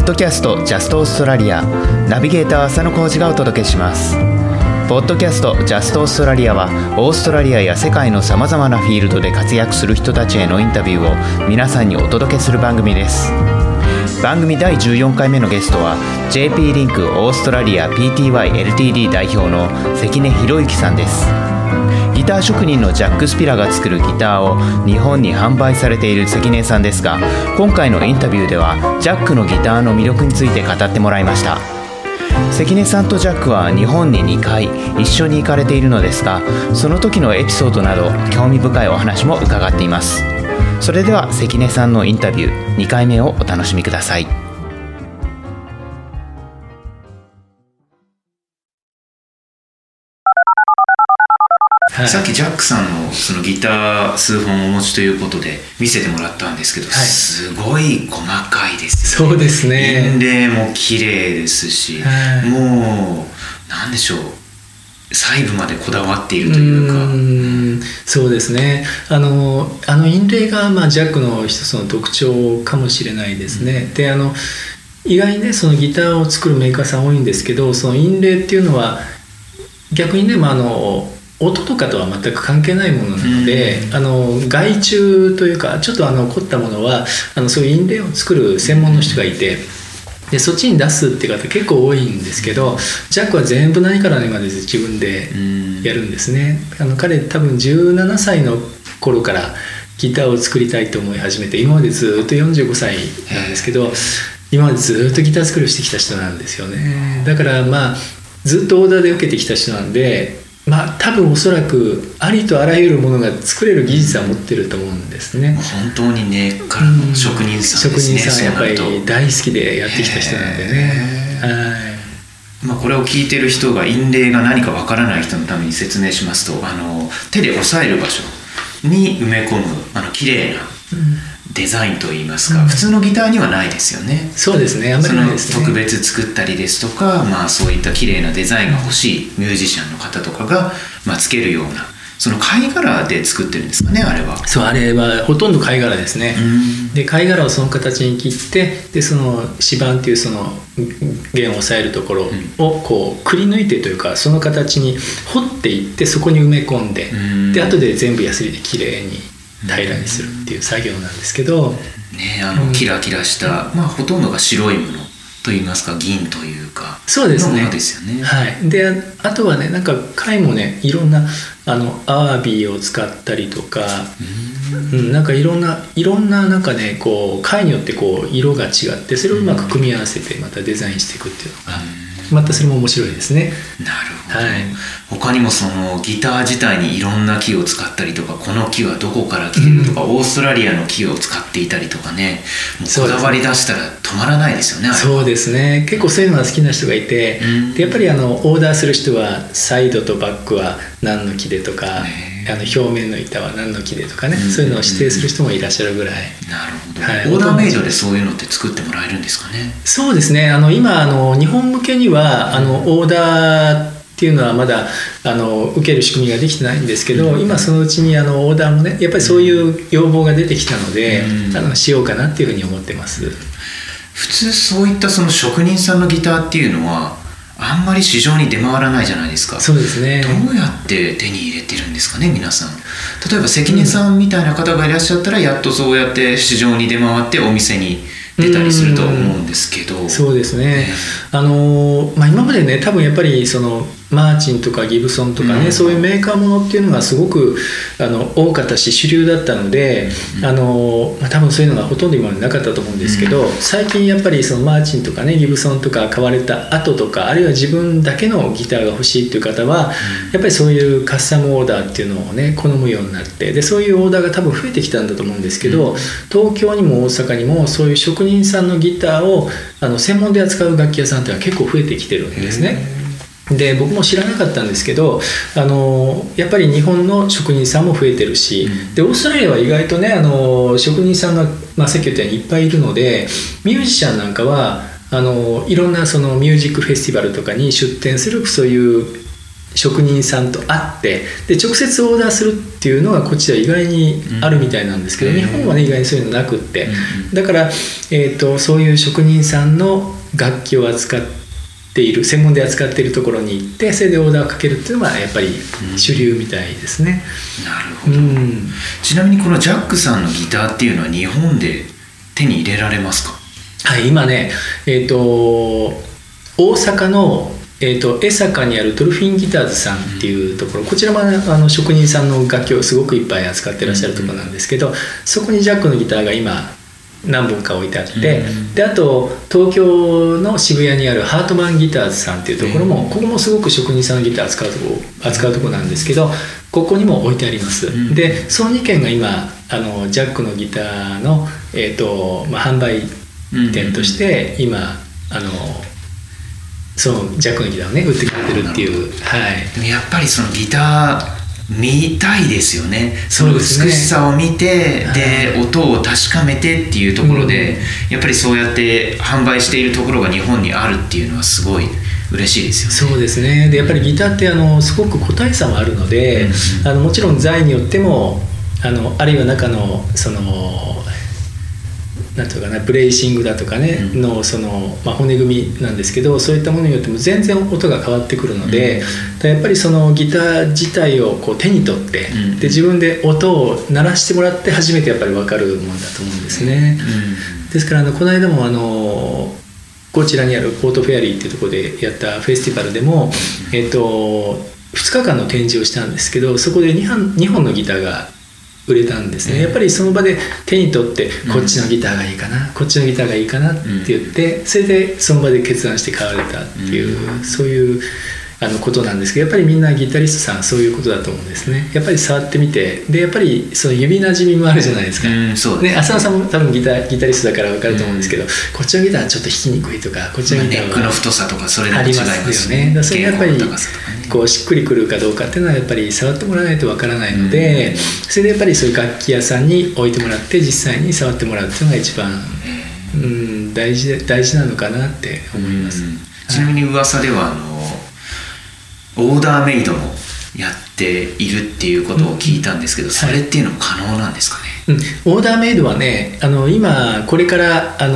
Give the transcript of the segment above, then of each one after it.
ドキャストジャストオーストラリア、ナビゲーター浅野浩二がお届けします。ポッドキャストジャストオーストラリアはオーストラリアや世界のさまざまなフィールドで活躍する人たちへのインタビューを皆さんにお届けする番組です。番組第14回目のゲストは JP リンクオーストラリア PTY LTD 代表の関根博之さんです。ギター職人のジャック・スピラが作るギターを日本に販売されている関根さんですが、今回のインタビューではジャックのギターの魅力について語ってもらいました。関根さんとジャックは日本に2回一緒に行かれているのですが、その時のエピソードなど興味深いお話も伺っています。それでは関根さんのインタビュー2回目をお楽しみください。さっきジャックさんのそのギター数本お持ちということで見せてもらったんですけど、すごい細かいですね。 そうですね。 印泥も綺麗ですし、もうなんでしょう、細部までこだわっているというか。 そうですね。印泥がジャックの一つの特徴かもしれないですね。で意外にね、そのギターを作るメーカーさん多いんですけど、その印泥っていうのは逆にね、音とかとは全く関係ないものなので、外注というかちょっと凝ったものはそういう印泥を作る専門の人がいて、でそっちに出すっていう方結構多いんですけど、ジャックは全部何から何まで自分でやるんですね。彼多分17歳の頃からギターを作りたいと思い始めて、今までずっと45歳なんですけど、今までずっとギター作りをしてきた人なんですよね。だからずっとオーダーで受けてきた人なんで、多分おそらくありとあらゆるものが作れる技術は持ってると思うんですね。 本当に根っからの職人さんですね。 職人さんやっぱり大好きでやってきた人なんでね。 これを聞いてる人が印泥が何かわからない人のために説明しますと、手で押さえる場所に埋め込む綺麗なデザインといいますか、普通のギターにはないですよね。 そうですね、あんまりないですね。 特別作ったりですとか、そういった綺麗なデザインが欲しいミュージシャンの方とかが、つけるような、その貝殻で作ってるんですかね、あれは。 そう、あれはほとんど貝殻ですね。で貝殻をその形に切って、でその指板っていうその弦を押さえるところをこうくり抜いてというか、その形に掘っていって、そこに埋め込んで、で後で全部ヤスリできれいに平らにするっていう作業なんですけど、 キラキラした、ほとんどが白いものといいますか、銀というか、 そうですね、 のものですよね。 であとはね、貝もね、いろんなアワビを使ったりとか、いろんなね、こう貝によってこう色が違って、それをうまく組み合わせてまたデザインしていくっていうのが、またそれも面白いですね。 なるほど。他にもそのギター自体にいろんな木を使ったりとか、この木はどこから来てるとか、オーストラリアの木を使っていたりとかね、もうこだわり出したら止まらないですよね。 そうですね、結構そういうのが好きな人がいて、でやっぱりオーダーする人はサイドとバックは何の木でとか、表面の板は何の木でとかね、そういうのを指定する人もいらっしゃるぐらい。 なるほど。オーダーメイドでそういうのって作ってもらえるんですかね。 そうですね、今日本向けにはオーダーっていうのはまだ受ける仕組みができてないんですけど、今そのうちにオーダーもね、やっぱりそういう要望が出てきたので、しようかなっていうふうに思ってます。 普通そういったその職人さんのギターっていうのはあんまり市場に出回らないじゃないですか。 そうですね。 どうやって手に入れてるんですかね、皆さん。例えば関根さんみたいな方がいらっしゃったら、やっとそうやって市場に出回ってお店に出たりすると思うんですけど。 そうですね。今までね、多分やっぱりそのマーチンとかギブソンとかね、そういうメーカーものっていうのがすごく多かったし主流だったので、多分そういうのがほとんど今までなかったと思うんですけど、最近やっぱりそのマーチンとかね、ギブソンとか買われた後とか、あるいは自分だけのギターが欲しいっていう方は、やっぱりそういうカスタムオーダーっていうのをね好むようになって、でそういうオーダーが多分増えてきたんだと思うんですけど、東京にも大阪にもそういう職人さんのギターを専門で扱う楽器屋さんっていうのは結構増えてきてるんですね。で僕も知らなかったんですけど、やっぱり日本の職人さんも増えてるし、でオーストラリアは意外とね職人さんが、さっき言ったようにいっぱいいるので、ミュージシャンなんかはいろんなそのミュージックフェスティバルとかに出展するそういう職人さんと会ってで直接オーダーするっていうのがこっちは意外にあるみたいなんですけど、日本はね意外にそういうのなくって、だから、そういう職人さんの楽器を扱っている専門で扱っているところに行ってそれでオーダーをかけるっていうのはやっぱり主流みたいですね。 なるほど、ちなみにこのジャックさんのギターっていうのは日本で手に入れられますか？ はい、今ね、大阪の江坂にあるドルフィンギターズさんっていうところ、こちらも職人さんの楽器をすごくいっぱい扱ってらっしゃるところなんですけど、そこにジャックのギターが今何本か置いてあって、であと東京の渋谷にあるハートマンギターズさんっていうところも、ここもすごく職人さんのギター扱うところなんですけど、ここにも置いてあります。でその2軒が今ジャックのギターの、販売店として今そのジャックのギターをね売ってくれてるっていう、はい、 でもやっぱりそのギター見たいですよね。その美しさを見て、で音を確かめてっていうところで、やっぱりそうやって販売しているところが日本にあるっていうのはすごい嬉しいですよね。 そうですね。でやっぱりギターってすごく個体差もあるので、もちろん材によってもあるいは中のそのなんていうかなブレーシングだとかね、の骨組みなんですけど、そういったものによっても全然音が変わってくるので、やっぱりそのギター自体をこう手に取って、で自分で音を鳴らしてもらって初めてやっぱり分かるものだと思うんですね。ですからこの間もこちらにあるポートフェアリーっていうところでやったフェスティバルでも、2日間の展示をしたんですけど、そこで2本のギターが売れたんですね。やっぱりその場で手に取ってこっちのギターがいいかな、こっちのギターがいいかなって言って、それでその場で決断して買われたっていう、そういうことなんですけど、やっぱりみんなギタリストさんそういうことだと思うんですね。やっぱり触ってみて、でやっぱりその指なじみもあるじゃないですか。 そうですね。 浅野さんも多分ギタリストだから分かると思うんですけど、こっちのギターはちょっと弾きにくいとか、こっちのギターはネックの太さとかそれでも違いますよね。だからそれやっぱりこうしっくりくるかどうかっていうのはやっぱり触ってもらわないと分からないので、それでやっぱりそういう楽器屋さんに置いてもらって実際に触ってもらうっていうのが一番大事なのかなって思います。 ちなみに噂ではオーダーメイドもやっているっていうことを聞いたんですけど、それっていうのも可能なんですかね？ オーダーメイドはね、今これからハ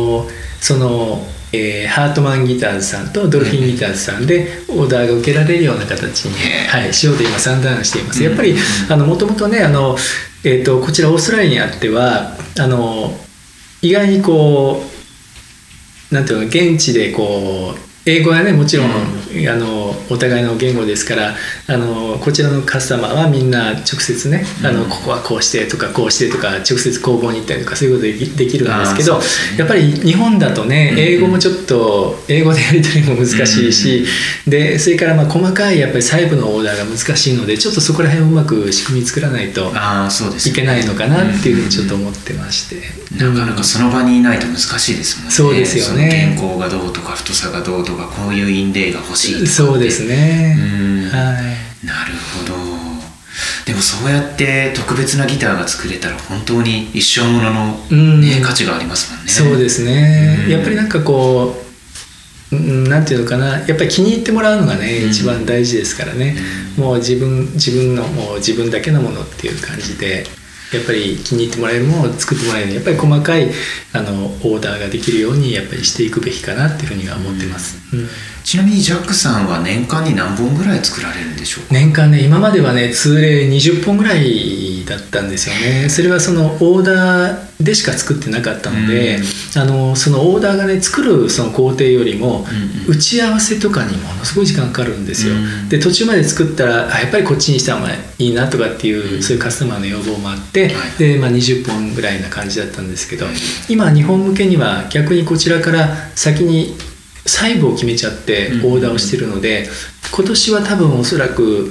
ートマンギターズさんとドルフィンギターズさんでオーダーが受けられるような形に、しようと今算段しています。やっぱりもともとねこちらオーストラリアにあっては意外にこうなんていうの現地でこう英語はねもちろん、お互いの言語ですからこちらのカスタマーはみんな直接ねここはこうしてとかこうしてとか直接工房に行ったりとかそういうことできるんですけど、やっぱり日本だとね英語もちょっと英語でやり取りも難しいし、でそれから細かいやっぱり細部のオーダーが難しいので、ちょっとそこら辺をうまく仕組み作らないといけないのかなっていうふうにちょっと思ってまして、 なかなかその場にいないと難しいですもんね。 そうですよね。 その原稿がどうとか太さがどうとかこういう印泥が欲しいとかそうですね。 なるほど。でもそうやって特別なギターが作れたら本当に一生ものの、価値がありますもんね。そうですね。やっぱりなんかこうなんていうのかな、やっぱり気に入ってもらうのがね、一番大事ですからね。もう自分のもう自分だけのものっていう感じでやっぱり気に入ってもらえるものを作ってもらえるようにやっぱり細かいオーダーができるようにやっぱりしていくべきかなっていうふうには思ってます。 ちなみにジャックさんは年間に何本ぐらい作られるんでしょうか？ 年間ね、今まではね通例20本ぐらいだったんですよね。それはそのオーダーでしか作ってなかったので、そのオーダーがね作るその工程よりも打ち合わせとかにものすごい時間かかるんですよ。で途中まで作ったらやっぱりこっちにした方がいいなとかっていう、そういうカスタマーの要望もあって、で、20本ぐらいな感じだったんですけど、今日本向けには逆にこちらから先に細部を決めちゃってオーダーをしてるので、今年は多分おそらく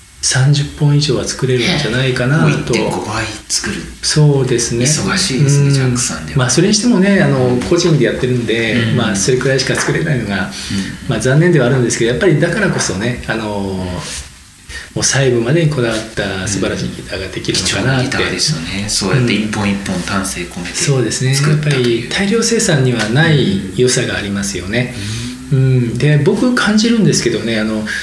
30本以上は作れるんじゃないかなと。 1.5 倍作る。 そうですね。 忙しいですね、ジャックさんでは。 それにしてもね個人でやってるんで、それくらいしか作れないのが、残念ではあるんですけど、やっぱりだからこそねもう細部までにこだわった素晴らしいギターができるのかなって。 貴重なギターですよね。そうやって一本一本丹精込めてそうですね。やっぱり大量生産にはない良さがありますよね。で僕感じるんですけどね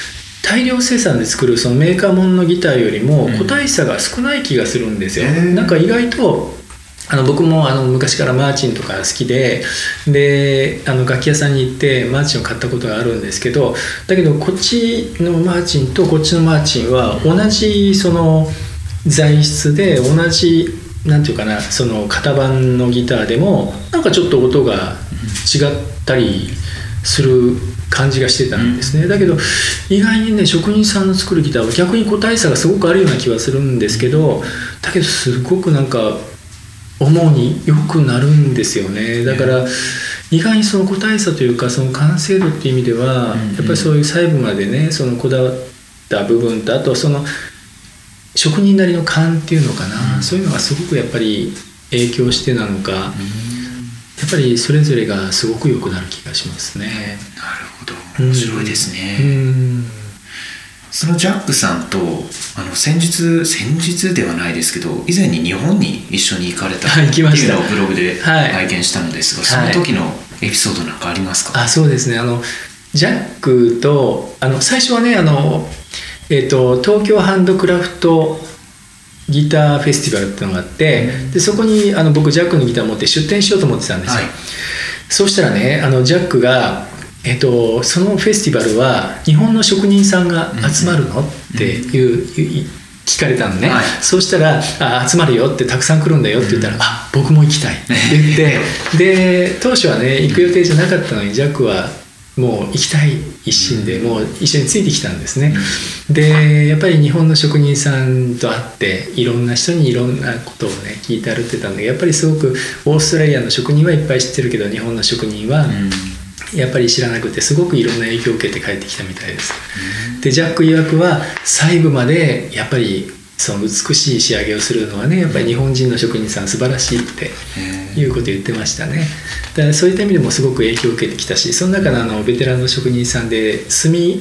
大量生産で作るそのメーカーもののギターよりも個体差が少ない気がするんですよ。なんか意外と僕も昔からマーチンとか好きで楽器屋さんに行ってマーチンを買ったことがあるんですけど、だけどこっちのマーチンとこっちのマーチンは同じその材質で同じなんていうかな、その型番のギターでもなんかちょっと音が違ったりする感じがしてたんですね。だけど意外にね、職人さんの作るギターは逆に個体差がすごくあるような気はするんですけど、だけどすごくなんか思うに良くなるんですよね。だから意外にその個体差というかその完成度っていう意味ではやっぱりそういう細部までね、そのこだわった部分と、あとその職人なりの勘っていうのかな、そういうのがすごくやっぱり影響してなのか、やっぱりそれぞれがすごく良くなる気がしますね。 なるほど、面白いですね。そのジャックさんと先日ではないですけど、以前に日本に一緒に行かれたっていうのをブログで拝見したのですが、その時のエピソードなんかありますか？ そうですね、ジャックと最初はね東京ハンドクラフトギターフェスティバルっていうのがあって、でそこに僕ジャックのギターを持って出展しようと思ってたんですよ。そうしたらねジャックがそのフェスティバルは日本の職人さんが集まるのっていう聞かれたのね。そうしたら集まるよって、たくさん来るんだよって言ったら僕も行きたいって言ってで当初はね行く予定じゃなかったのにジャックはもう行きたい一心でもう一緒についてきたんですね。でやっぱり日本の職人さんと会っていろんな人にいろんなことをね聞いて歩ってたんで、やっぱりすごくオーストラリアの職人はいっぱい知ってるけど日本の職人はやっぱり知らなくて、すごくいろんな影響を受けて帰ってきたみたいです。でジャック曰くは細部までやっぱりその美しい仕上げをするのはね、やっぱり日本人の職人さん素晴らしいっていうことを言ってましたね。だからそういった意味でもすごく影響を受けてきたし、その中のベテランの職人さんで墨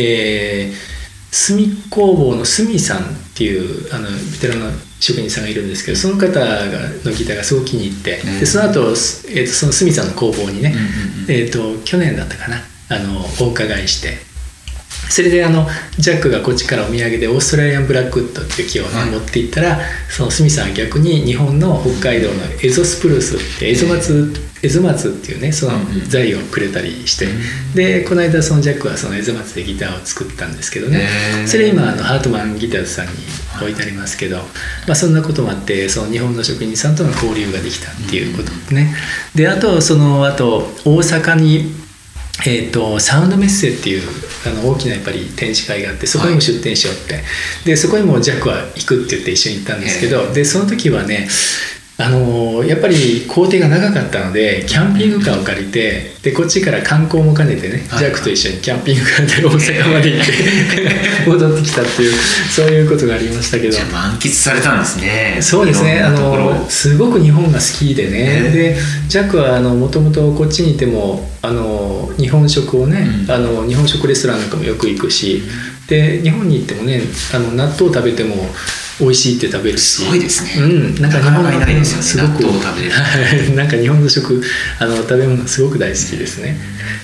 工房の墨さんっていうベテランの職人さんがいるんですけど、その方のギターがすごく気に入って、でその後、その墨さんの工房にね、去年だったかなお伺いして、それでジャックがこっちからお土産でオーストラリアンブラックウッドっていう木を、ね持っていったら、その墨さんは逆に日本の北海道のエゾスプルースってエゾ松っていうねその材をくれたりして、でこの間そのジャックはそのエゾ松でギターを作ったんですけどね、それ今ハートマンギターズさんに置いてありますけど、そんなこともあってその日本の職人さんとの交流ができたっていうことですね。であと大阪にサウンドメッセっていう大きなやっぱり展示会があって、そこにも出展しようって、でそこにもジャックは行くって言って一緒に行ったんですけど、でその時はねやっぱり工程が長かったのでキャンピングカーを借りて、でこっちから観光も兼ねてね、ジャックと一緒にキャンピングカーで大阪まで行って戻ってきたっていうそういうことがありましたけど。 じゃあ満喫されたんですね。 そうですね、すごく日本が好きでね、でジャックはもともとこっちにいても日本食をね、日本食レストランなんかもよく行くし、で日本に行ってもね納豆食べても美味しいって食べるし、 すごいですね。 なんか日本のいないですよね、 すごく納豆を食べれるなんか日本の食食べ物すごく大好きですね。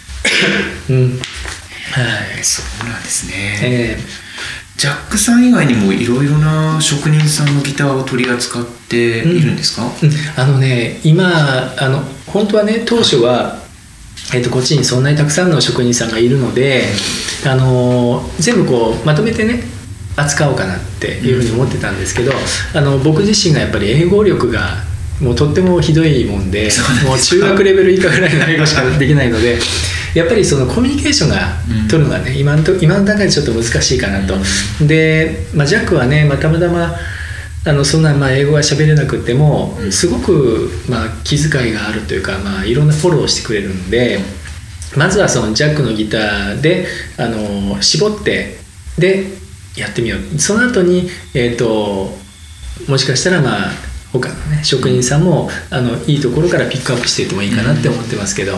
そうなんですね。ジャックさん以外にもいろいろな職人さんのギターを取り扱っているんですか？ 今本当はね当初はこっちにそんなにたくさんの職人さんがいるので全部こうまとめてね扱おうかなっていうふうに思ってたんですけど、僕自身がやっぱり英語力がもうとってもひどいもんで、もう中学レベル以下ぐらいの英語しかできないのでやっぱりそのコミュニケーションが取るのがね、今の段階でちょっと難しいかなと。で、ジャックはね、たまたまそんな英語が喋れなくてもすごく気遣いがあるというか、いろんなフォローをしてくれるんで、まずはそのジャックのギターで絞ってでやってみよう。その後にもしかしたら他のね職人さんもいいところからピックアップしていってもいいかなって思ってますけど、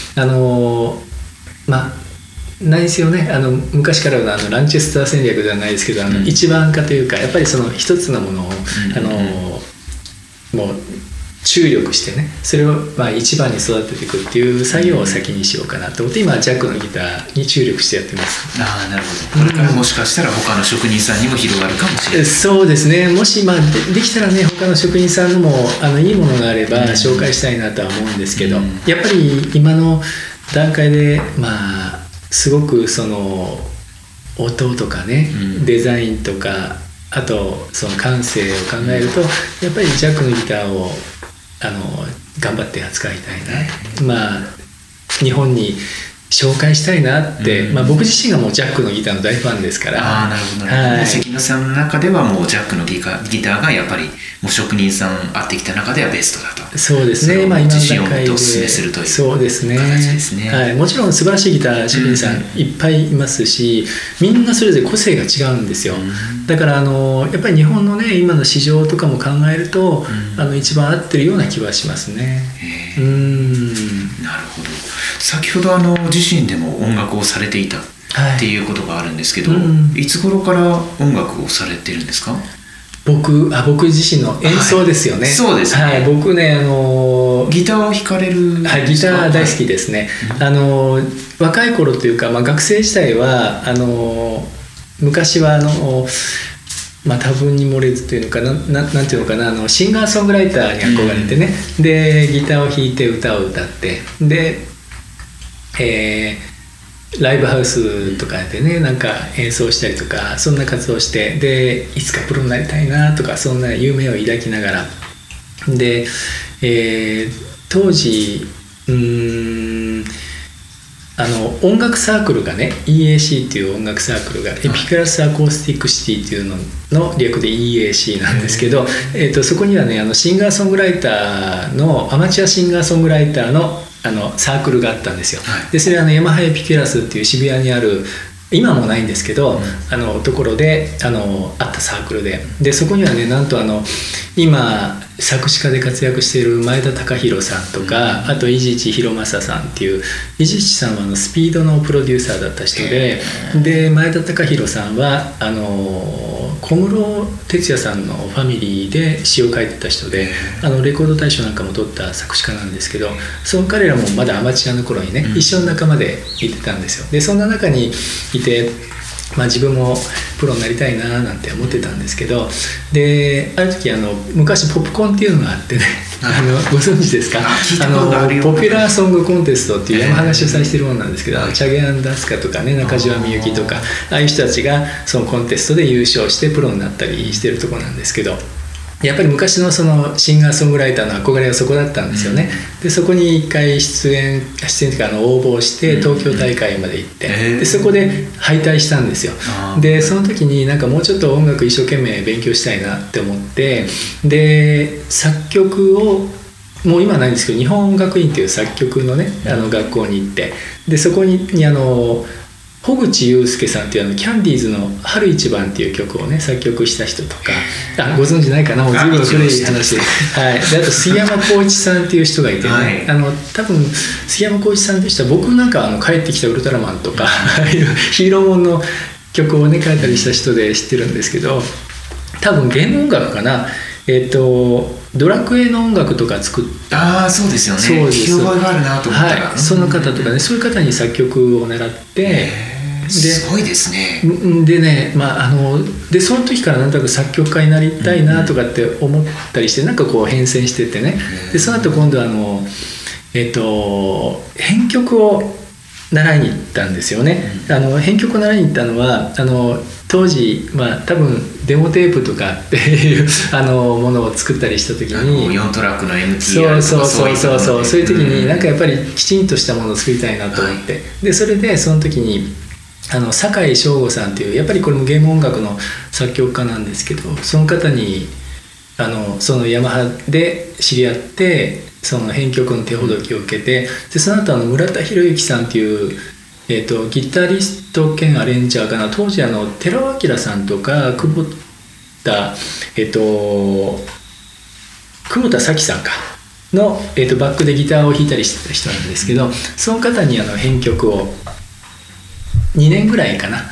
何せよね昔からのランチェスター戦略ではないですけど一番化というか、やっぱりその一つのものをもう注力してね、それをまあ一番に育てていくっていう作業を先にしようかなと思って今ジャックのギターに注力してやってます。 なるほど。これからもしかしたら他の職人さんにも広がるかもしれない。 そうですね。もしまあ できたらね、他の職人さんのもいいものがあれば紹介したいなとは思うんですけど、やっぱり今の段階でまあすごくその音とかね、デザインとかあとその感性を考えるとやっぱりジャックのギターを頑張って扱いたいな、まあ日本に紹介したいなって、まあ、僕自身がもうジャックのギターの大ファンですから。 なるほど、はい、関野さんの中ではもうジャックのギターがやっぱりもう職人さん会ってきた中ではベストだと。 そうですね、まあ、 自信を持ってお勧めするというそうですね、 形ですね。 はい、もちろん素晴らしいギター職人さんいっぱいいますし、みんなそれぞれ個性が違うんですよ。だからやっぱり日本のね今の市場とかも考えると、一番合ってるような気はしますね。 なるほど。先ほど自身でも音楽をされていたっていうことがあるんですけど、いつ頃から音楽をされてるんですか？ 僕自身の演奏ですよね。 そうですね。 はい、僕ねギターを弾かれるんですか？はい、 ギター大好きですね。若い頃というか、まあ、学生時代は昔はまあ、多分に漏れずというのかなんていうのかな、シンガーソングライターに憧れてね、でギターを弾いて歌を歌ってで、ライブハウスとかでねなんか演奏したりとかそんな活動してでいつかプロになりたいなとかそんな夢を抱きながらで、当時音楽サークルがね EAC っていう音楽サークルがエピクラスアコースティックシティっていうのの略で EAC なんですけど、そこにはねシンガーソングライターのアマチュアシンガーソングライターのサークルがあったんですよ。でそれはヤマハエピキュラスっていう渋谷にある今もないんですけど、ところであったサークルでそこにはねなんと今作詞家で活躍している前田隆弘さんとか、あと伊地知弘正さんっていう伊地知さんはスピードのプロデューサーだった人で前田隆弘さんは小室哲哉さんのファミリーで詩を書いてた人でレコード大賞なんかも取った作詞家なんですけど、その彼らもまだアマチュアの頃にね、一緒の仲間でいてたんですよ。でそんな中にいて、まあ、自分もプロになりたいななんて思ってたんですけど、である時昔ポップコーンっていうのがあってねご存知ですか？ポピュラーソングコンテストっていうヤマハが主催してるものなんですけど、チャゲアンダスカとかね中島みゆきとかああいう人たちがそのコンテストで優勝してプロになったりしてるところなんですけど、やっぱり昔のそのシンガーソングライターの憧れはそこだったんですよね。でそこに一回出演というか応募して東京大会まで行って、でそこで敗退したんですよ。でその時になんかもうちょっと音楽一生懸命勉強したいなって思って、で作曲をもう今はないんですけど日本音楽院っていう作曲のね学校に行って、でそこに穂口祐介さんっていうキャンディーズの「春一番」っていう曲をね作曲した人とかご存知ないかな、もう随分古い話で、はい、であと杉山浩一さんっていう人がいてね、多分杉山浩一さんっていう人は僕なんか帰ってきたウルトラマンとかヒーローもんの曲をね書いたりした人で知ってるんですけど、多分ゲーム音楽かな、ドラクエの音楽とか作った。 そうですよね。 そうです。 聞き覚えがあるなと思ったら、 はい、その方とかね、そういう方に作曲を習ってすごいですね。 でね、でその時からなんとなく作曲家になりたいなとかって思ったりして、なんかこう変遷してってね、でその後今度編曲を習いに行ったんですよね。編曲を習いに行ったのは当時、多分デモテープとかっていうものを作ったりした時に 4トラックの MTR とかそういう時になんかやっぱりきちんとしたものを作りたいなと思って、でそれでその時に酒井翔吾さんっていうやっぱりこれもゲーム音楽の作曲家なんですけど、その方にそのヤマハで知り合ってその編曲の手ほどきを受けて、でその後村田博之さんっていうギタリスト兼アレンジャーかな、当時寺尾明さんとか久保田早紀さんかの、バックでギターを弾いたりしてた人なんですけど、その方に編曲を2年ぐらいかな、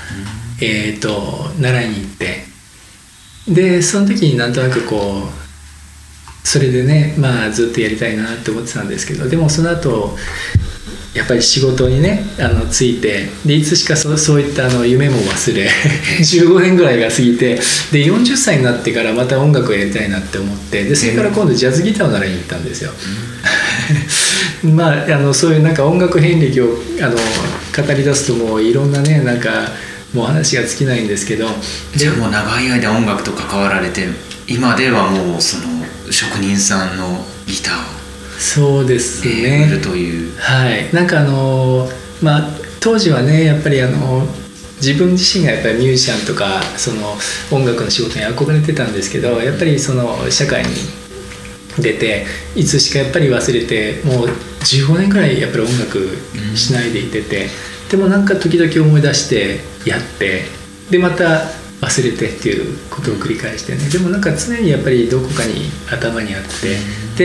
習いに行って、でその時になんとなくこうそれでね、ずっとやりたいなって思ってたんですけど、でもその後やっぱり仕事にねついて、でいつしかそういった夢も忘れ15年ぐらいが過ぎて、で40歳になってからまた音楽をやりたいなって思って、でそれから今度ジャズギターを習いに行ったんですよ。そういうなんか音楽遍歴を語り出すともういろんなねもう話が尽きないんですけど、 じゃあもう長い間音楽と関わられて、今ではもうその職人さんのギターをそうですね、 売るという、 はい、当時はねやっぱり自分自身がやっぱりミュージシャンとかその音楽の仕事に憧れてたんですけど、やっぱりその社会に出ていつしかやっぱり忘れて、もう15年くらいやっぱり音楽しないでいてて、でも時々思い出してやって、でまた忘れてっていうことを繰り返してね、でも常にやっぱりどこかに頭にあって、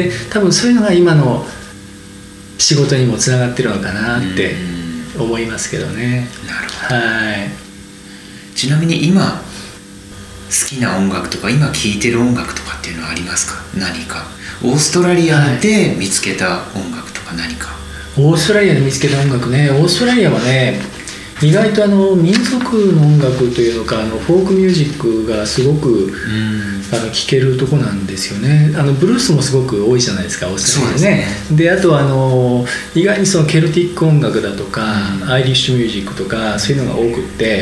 で多分そういうのが今の仕事にもつながってるのかなって思いますけどね。 なるほど。 はい。 ちなみに今好きな音楽とか今聴いてる音楽とかっていうのはありますか？何かオーストラリアで見つけた音楽とか何か、 オーストラリアで見つけた音楽ね。オーストラリアはね意外と民族の音楽というのかフォークミュージックがすごく聴けるとこなんですよね。ブルースもすごく多いじゃないですか、オーストラリアね。であと意外にそのケルティック音楽だとか、アイリッシュミュージックとかそういうのが多くって、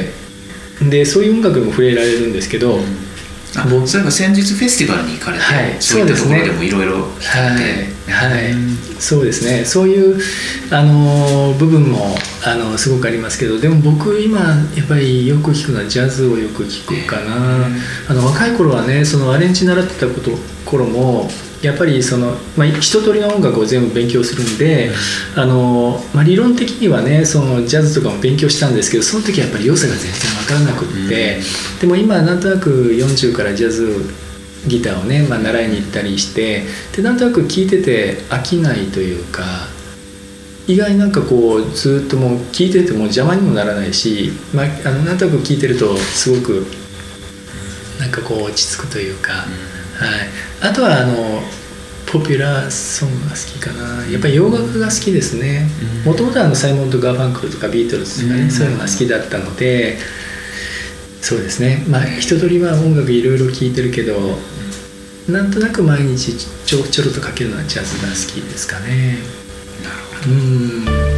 でそういう音楽にも触れられるんですけど、 そういえば先日フェスティバルに行かれて、そういったところでもいろいろ弾いて、 そうですね、そういう部分もすごくありますけど、でも僕今やっぱりよく聴くのはジャズをよく聴くかな。若い頃はねそのアレンジ習ってた頃もやっぱり一通りの音楽を全部勉強するんで、理論的にはねそのジャズとかも勉強したんですけど、その時はやっぱり良さが全然分からなくって、でも今なんとなく40からジャズギターをね、習いに行ったりして、でなんとなく聴いてて飽きないというか、意外にずっともう聴いてても邪魔にもならないし、なんとなく聴いてるとすごく落ち着くというか、あとはポピュラーソングが好きかな。やっぱり洋楽が好きですね。もともとサイモンとガーファンクルとかビートルズとかね、そういうのが好きだったので、そうですね、一通りは音楽いろいろ聴いてるけど、なんとなく毎日ちょろっとかけるのはジャズが好きですかね。 なるほど。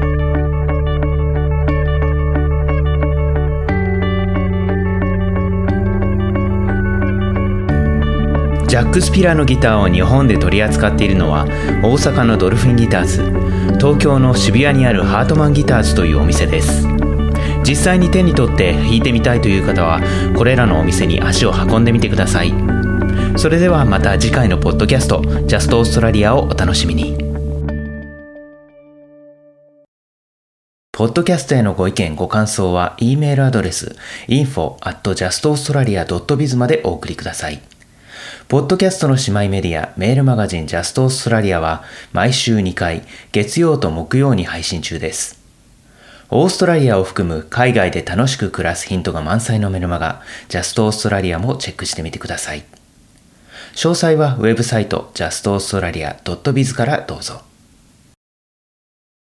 ジャック・スピラーのギターを日本で取り扱っているのは大阪のドルフィンギターズ、東京の渋谷にあるハートマンギターズというお店です。実際に手に取って弾いてみたいという方はこれらのお店に足を運んでみてください。それではまた次回のポッドキャストジャストオーストラリアをお楽しみに。ポッドキャストへのご意見ご感想は E メールアドレス info@justaustralia.biz までお送りください。ポッドキャストの姉妹メディアメールマガジンジャストオーストラリアは毎週2回月曜と木曜に配信中です。オーストラリアを含む海外で楽しく暮らすヒントが満載のメルマガジャストオーストラリアもチェックしてみてください。詳細はウェブサイト justaustralia.biz からどうぞ。